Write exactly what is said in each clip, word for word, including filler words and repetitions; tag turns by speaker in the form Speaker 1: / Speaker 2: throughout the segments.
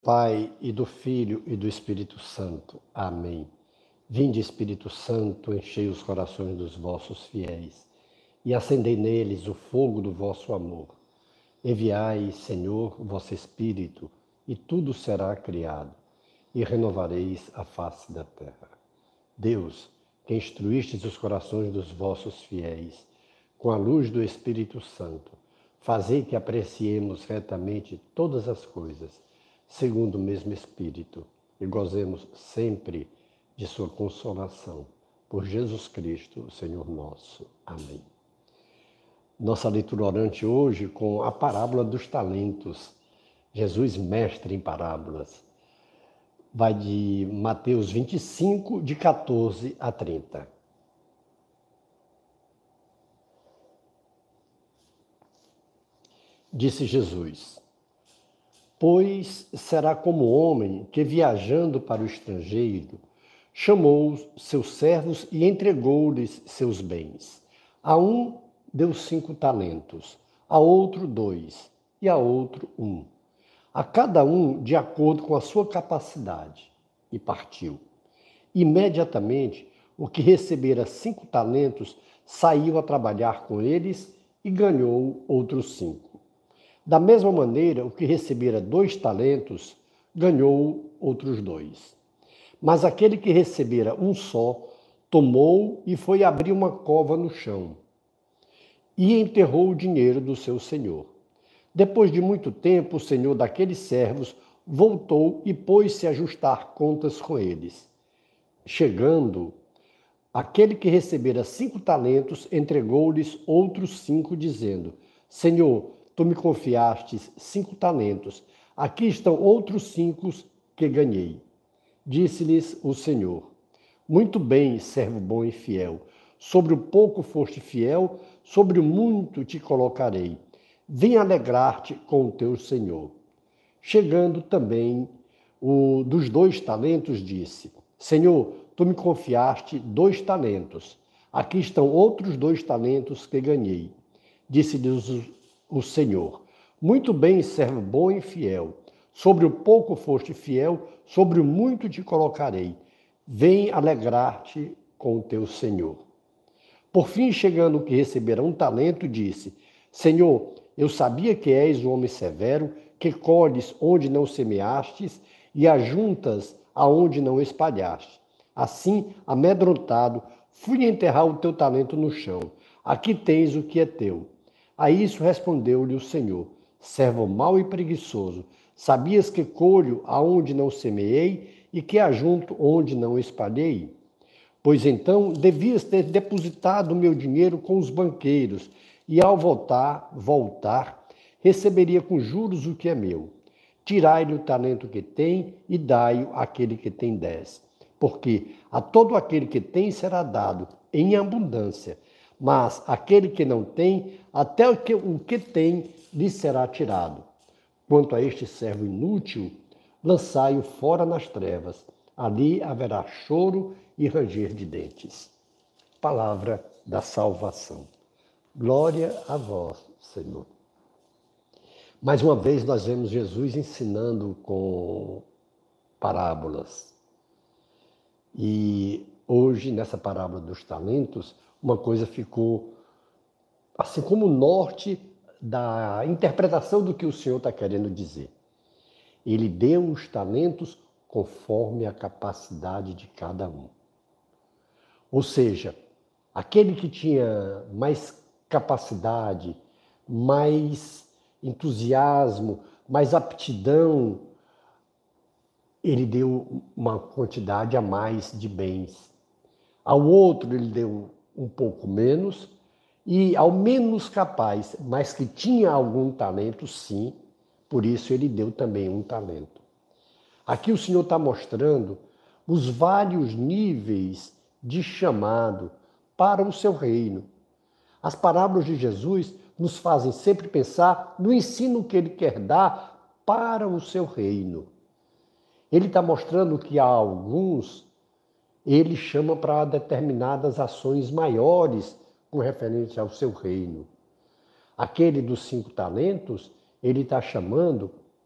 Speaker 1: Pai, e do Filho, e do Espírito Santo. Amém. Vinde, Espírito Santo, enchei os corações dos vossos fiéis, e acendei neles o fogo do vosso amor. Enviai, Senhor, o vosso Espírito, e tudo será criado, e renovareis a face da terra. Deus, que instruístes os corações dos vossos fiéis, com a luz do Espírito Santo, fazei que apreciemos retamente todas as coisas, segundo o mesmo Espírito, e gozemos sempre de sua consolação. Por Jesus Cristo, Senhor nosso. Amém. Nossa leitura orante hoje com a parábola dos talentos. Jesus, mestre em parábolas. Vai de Mateus vinte e cinco, de quatorze a trinta. Disse Jesus: Pois será como o homem que, viajando para o estrangeiro, chamou seus servos e entregou-lhes seus bens. A um deu cinco talentos, a outro dois, e a outro um. A cada um de acordo com a sua capacidade, e partiu. Imediatamente, o que recebera cinco talentos saiu a trabalhar com eles e ganhou outros cinco. Da mesma maneira, o que recebera dois talentos ganhou outros dois. Mas aquele que recebera um só, tomou e foi abrir uma cova no chão, e enterrou o dinheiro do seu senhor. Depois de muito tempo, o senhor daqueles servos voltou e pôs-se a ajustar contas com eles. Chegando, aquele que recebera cinco talentos entregou-lhes outros cinco, dizendo: Senhor, tu me confiastes cinco talentos, aqui estão outros cinco que ganhei. Disse-lhes o Senhor: Muito bem, servo bom e fiel. Sobre o pouco foste fiel, sobre o muito te colocarei. Vem alegrar-te com o teu Senhor. Chegando também o dos dois talentos, disse: Senhor, tu me confiaste dois talentos. Aqui estão outros dois talentos que ganhei. Disse-lhes o Senhor: Muito bem, servo bom e fiel. Sobre o pouco foste fiel, sobre o muito te colocarei. Vem alegrar-te com o teu Senhor. Por fim, chegando o que recebera um talento, disse: Senhor, eu sabia que és um homem severo, que colhes onde não semeastes e ajuntas aonde não espalhaste. Assim, amedrontado, fui enterrar o teu talento no chão. Aqui tens o que é teu. A isso respondeu-lhe o Senhor: Servo mau e preguiçoso, sabias que colho aonde não semeei e que ajunto onde não espalhei? Pois então devias ter depositado o meu dinheiro com os banqueiros, e ao voltar, voltar, receberia com juros o que é meu. Tirai-lhe o talento que tem e dai-o àquele que tem dez. Porque a todo aquele que tem será dado em abundância, mas aquele que não tem, até o que, o que tem lhe será tirado. Quanto a este servo inútil, lançai-o fora nas trevas. Ali haverá choro e ranger de dentes. Palavra da salvação. Glória a vós, Senhor. Mais uma vez nós vemos Jesus ensinando com parábolas. E hoje, nessa parábola dos talentos, uma coisa ficou assim como o norte da interpretação do que o Senhor está querendo dizer. Ele deu os talentos conforme a capacidade de cada um. Ou seja, aquele que tinha mais capacidade, mais entusiasmo, mais aptidão, ele deu uma quantidade a mais de bens. Ao outro ele deu um pouco menos, e ao menos capaz, mas que tinha algum talento, sim, por isso ele deu também um talento. Aqui o Senhor está mostrando os vários níveis de chamado para o seu reino. As parábolas de Jesus nos fazem sempre pensar no ensino que ele quer dar para o seu reino. Ele está mostrando que há alguns, ele chama para determinadas ações maiores com referência ao seu reino. Aquele dos cinco talentos, ele está chamando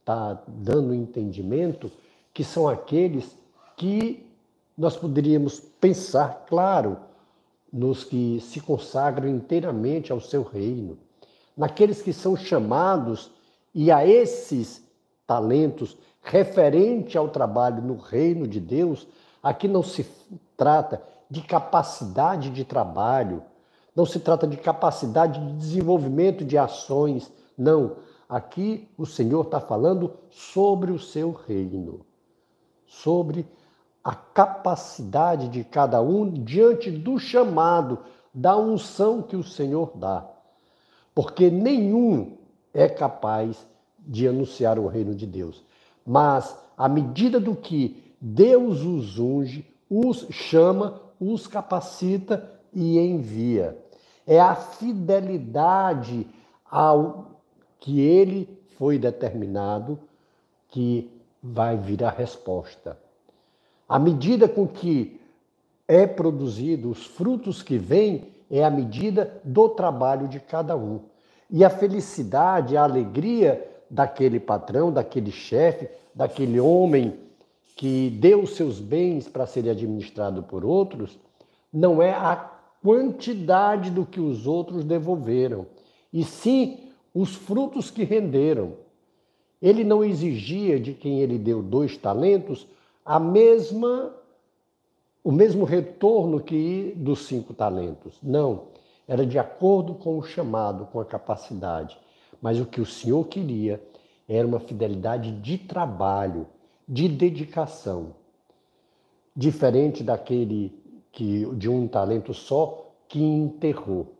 Speaker 1: está dando entendimento, que são aqueles que nós poderíamos pensar, claro, nos que se consagram inteiramente ao seu reino, naqueles que são chamados e a esses talentos referente ao trabalho no reino de Deus. Aqui não se trata de capacidade de trabalho, não se trata de capacidade de desenvolvimento de ações, não. Aqui o Senhor está falando sobre o seu reino, sobre a capacidade de cada um diante do chamado, da unção que o Senhor dá. Porque nenhum é capaz de anunciar o reino de Deus. Mas, à medida do que Deus os unge, os chama, os capacita e envia. É a fidelidade ao que ele foi determinado que vai vir a resposta. À medida com que é produzido, os frutos que vêm, é a medida do trabalho de cada um. E a felicidade, a alegria daquele patrão, daquele chefe, daquele homem que deu seus bens para serem administrados por outros, não é a quantidade do que os outros devolveram, e sim os frutos que renderam. Ele não exigia de quem ele deu dois talentos a mesma, o mesmo retorno que dos cinco talentos. Não, era de acordo com o chamado, com a capacidade. Mas o que o Senhor queria era uma fidelidade de trabalho, de dedicação. Diferente daquele que, de um talento só que enterrou.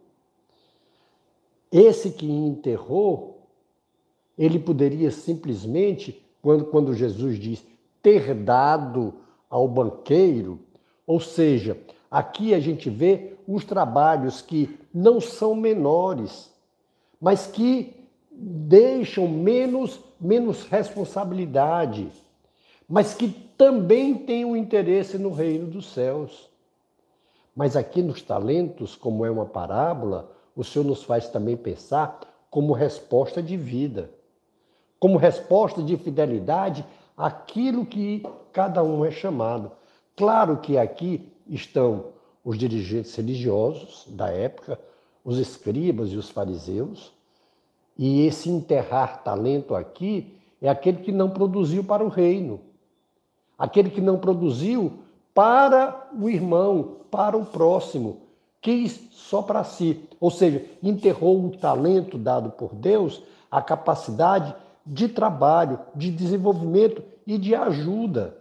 Speaker 1: Esse que enterrou, ele poderia simplesmente, quando, quando Jesus diz ter dado ao banqueiro, ou seja, aqui a gente vê os trabalhos que não são menores, mas que deixam menos, menos responsabilidade, mas que também têm um interesse no reino dos céus. Mas aqui nos talentos, como é uma parábola, o Senhor nos faz também pensar como resposta de vida, como resposta de fidelidade àquilo que cada um é chamado. Claro que aqui estão os dirigentes religiosos da época, os escribas e os fariseus, e esse enterrar talento aqui é aquele que não produziu para o reino, aquele que não produziu para o irmão, para o próximo, quis só para si, ou seja, enterrou o talento dado por Deus, a capacidade de trabalho, de desenvolvimento e de ajuda.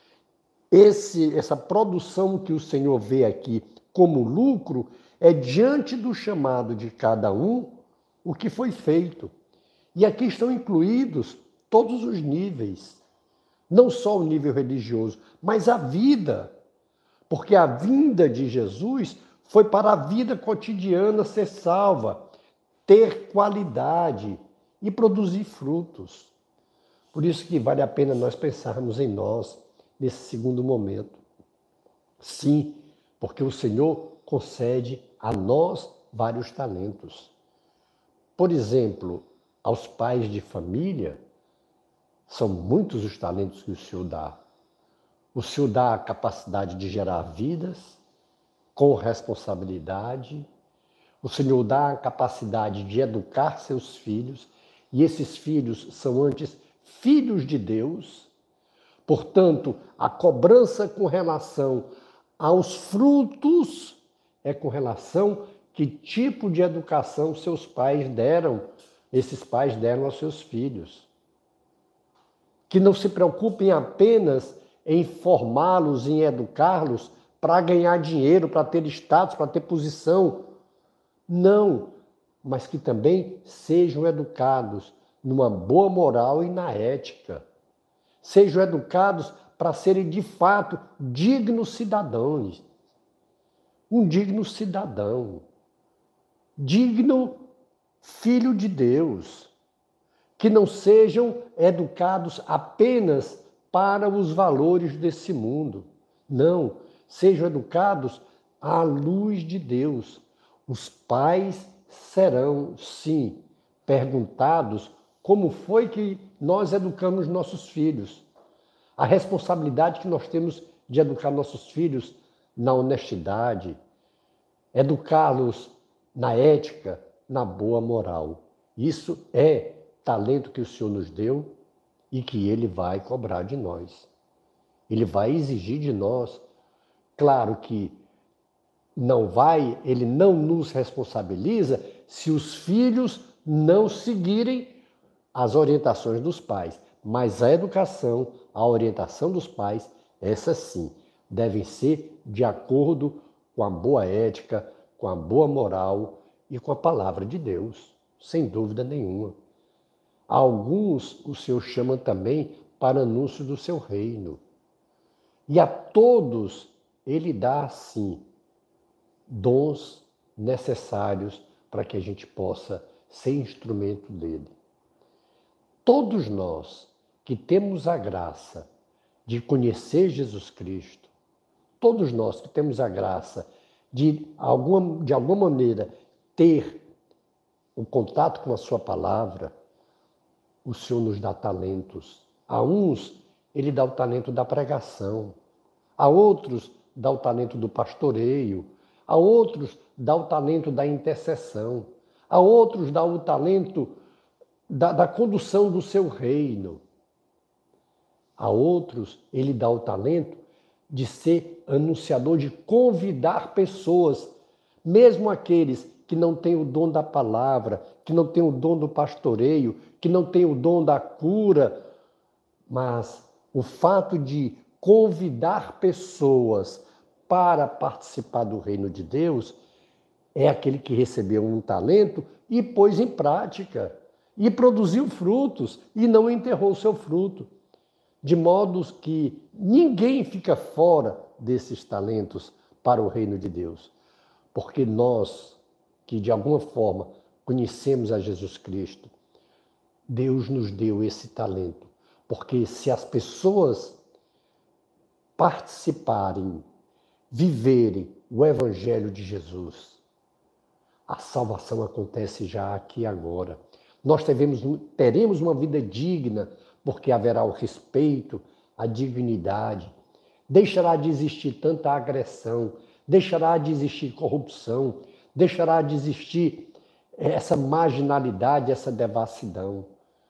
Speaker 1: Esse, essa produção que o Senhor vê aqui como lucro é diante do chamado de cada um o que foi feito. E aqui estão incluídos todos os níveis, não só o nível religioso, mas a vida, porque a vinda de Jesus foi para a vida cotidiana ser salva, ter qualidade e produzir frutos. Por isso que vale a pena nós pensarmos em nós nesse segundo momento. Sim, porque o Senhor concede a nós vários talentos. Por exemplo, aos pais de família, são muitos os talentos que o Senhor dá. O Senhor dá a capacidade de gerar vidas com responsabilidade. O Senhor dá a capacidade de educar seus filhos, e esses filhos são antes filhos de Deus. Portanto, a cobrança com relação aos frutos é com relação que tipo de educação seus pais deram, esses pais deram aos seus filhos. Que não se preocupem apenas em formá-los, em educá-los para ganhar dinheiro, para ter status, para ter posição. Não, mas que também sejam educados numa boa moral e na ética. Sejam educados para serem de fato dignos cidadãos. Um digno cidadão. Digno filho de Deus. Que não sejam educados apenas para os valores desse mundo. Não, sejam educados à luz de Deus. Os pais serão, sim, perguntados como foi que nós educamos nossos filhos, a responsabilidade que nós temos de educar nossos filhos na honestidade, educá-los na ética, na boa moral. Isso é talento que o Senhor nos deu e que Ele vai cobrar de nós. Ele vai exigir de nós. Claro que não vai, Ele não nos responsabiliza se os filhos não seguirem as orientações dos pais. Mas a educação, a orientação dos pais, essas sim, devem ser de acordo com a boa ética, com a boa moral e com a palavra de Deus, sem dúvida nenhuma. Alguns o Senhor chama também para anúncio do seu reino. E a todos Ele dá, sim, dons necessários para que a gente possa ser instrumento dele. Todos nós que temos a graça de conhecer Jesus Cristo, todos nós que temos a graça de alguma, de alguma maneira ter o contato com a sua palavra, o Senhor nos dá talentos. A uns, Ele dá o talento da pregação. A outros, dá o talento do pastoreio. A outros, dá o talento da intercessão. A outros, dá o talento da, da condução do seu reino. A outros, Ele dá o talento de ser anunciador, de convidar pessoas, mesmo aqueles que não têm o dom da palavra, que não têm o dom do pastoreio, que não têm o dom da cura, mas o fato de convidar pessoas para participar do reino de Deus é aquele que recebeu um talento e pôs em prática, e produziu frutos, e não enterrou o seu fruto. De modo que ninguém fica fora desses talentos para o reino de Deus. Porque nós, que de alguma forma conhecemos a Jesus Cristo, Deus nos deu esse talento. Porque se as pessoas participarem, viverem o Evangelho de Jesus, a salvação acontece já aqui e agora. Nós teremos, teremos uma vida digna, porque haverá o respeito, a dignidade. Deixará de existir tanta agressão, deixará de existir corrupção, deixará de existir essa marginalidade, essa devassidão.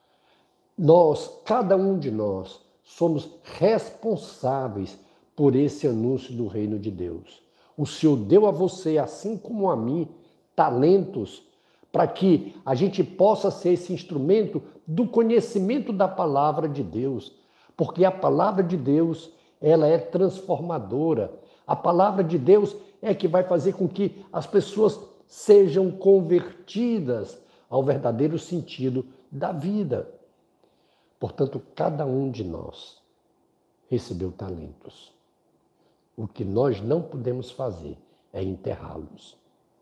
Speaker 1: Nós, cada um de nós, somos responsáveis por esse anúncio do reino de Deus. O Senhor deu a você, assim como a mim, talentos para que a gente possa ser esse instrumento do conhecimento da palavra de Deus. Porque a palavra de Deus, ela é transformadora. A palavra de Deus é que vai fazer com que as pessoas sejam convertidas ao verdadeiro sentido da vida. Portanto, cada um de nós recebeu talentos. O que nós não podemos fazer é enterrá-los.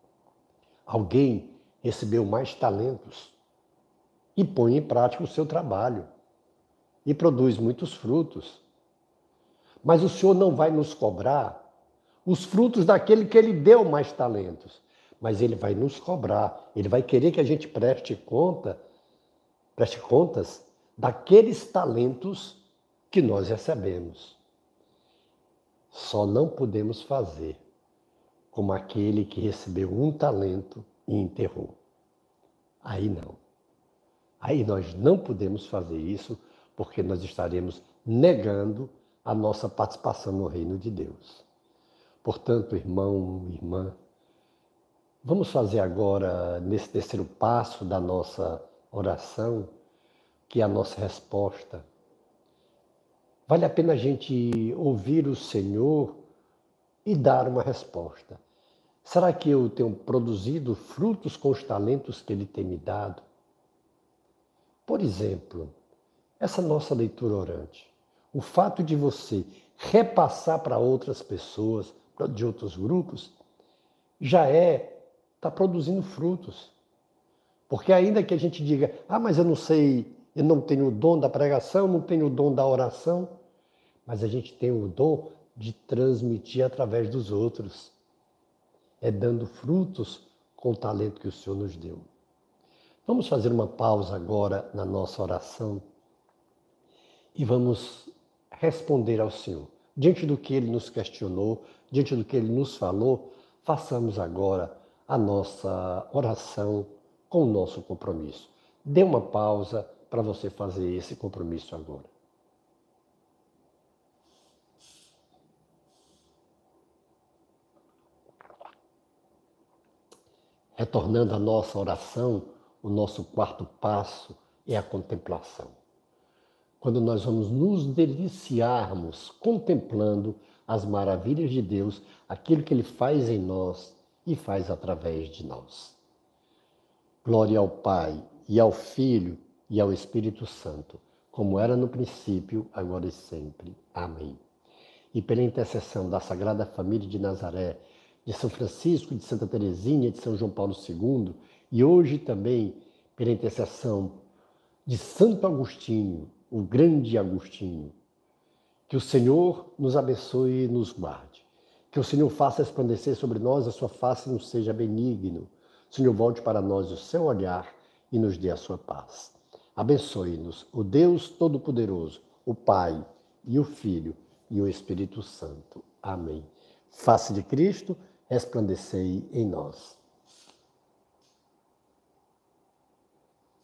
Speaker 1: Alguém recebeu mais talentos e põe em prática o seu trabalho e produz muitos frutos. Mas o Senhor não vai nos cobrar os frutos daquele que Ele deu mais talentos, mas Ele vai nos cobrar, Ele vai querer que a gente preste conta, preste contas daqueles talentos que nós recebemos. Só não podemos fazer como aquele que recebeu um talento e enterrou. Aí não. Aí nós não podemos fazer isso, porque nós estaremos negando a nossa participação no reino de Deus. Portanto, irmão, irmã, vamos fazer agora, nesse terceiro passo da nossa oração, que é a nossa resposta. Vale a pena a gente ouvir o Senhor e dar uma resposta. Será que eu tenho produzido frutos com os talentos que Ele tem me dado? Por exemplo, essa nossa leitura orante, o fato de você repassar para outras pessoas, de outros grupos, já é, está produzindo frutos. Porque ainda que a gente diga, ah, mas eu não sei, eu não tenho o dom da pregação, não tenho o dom da oração, mas a gente tem o dom de transmitir através dos outros. É dando frutos com o talento que o Senhor nos deu. Vamos fazer uma pausa agora na nossa oração e vamos responder ao Senhor. Diante do que Ele nos questionou, diante do que Ele nos falou, façamos agora a nossa oração com o nosso compromisso. Dê uma pausa para você fazer esse compromisso agora. Retornando à nossa oração, o nosso quarto passo é a contemplação. Quando nós vamos nos deliciarmos contemplando as maravilhas de Deus, aquilo que Ele faz em nós e faz através de nós. Glória ao Pai, e ao Filho, e ao Espírito Santo, como era no princípio, agora e sempre. Amém. E pela intercessão da Sagrada Família de Nazaré, de São Francisco, de Santa Teresinha, de São João Paulo segundo, e hoje também pela intercessão de Santo Agostinho, o grande Agostinho, que o Senhor nos abençoe e nos guarde. Que o Senhor faça resplandecer sobre nós a sua face e nos seja benigno. O Senhor volte para nós o seu olhar e nos dê a sua paz. Abençoe-nos o Deus Todo-Poderoso, o Pai e o Filho e o Espírito Santo. Amém. Face de Cristo, resplandecei em nós.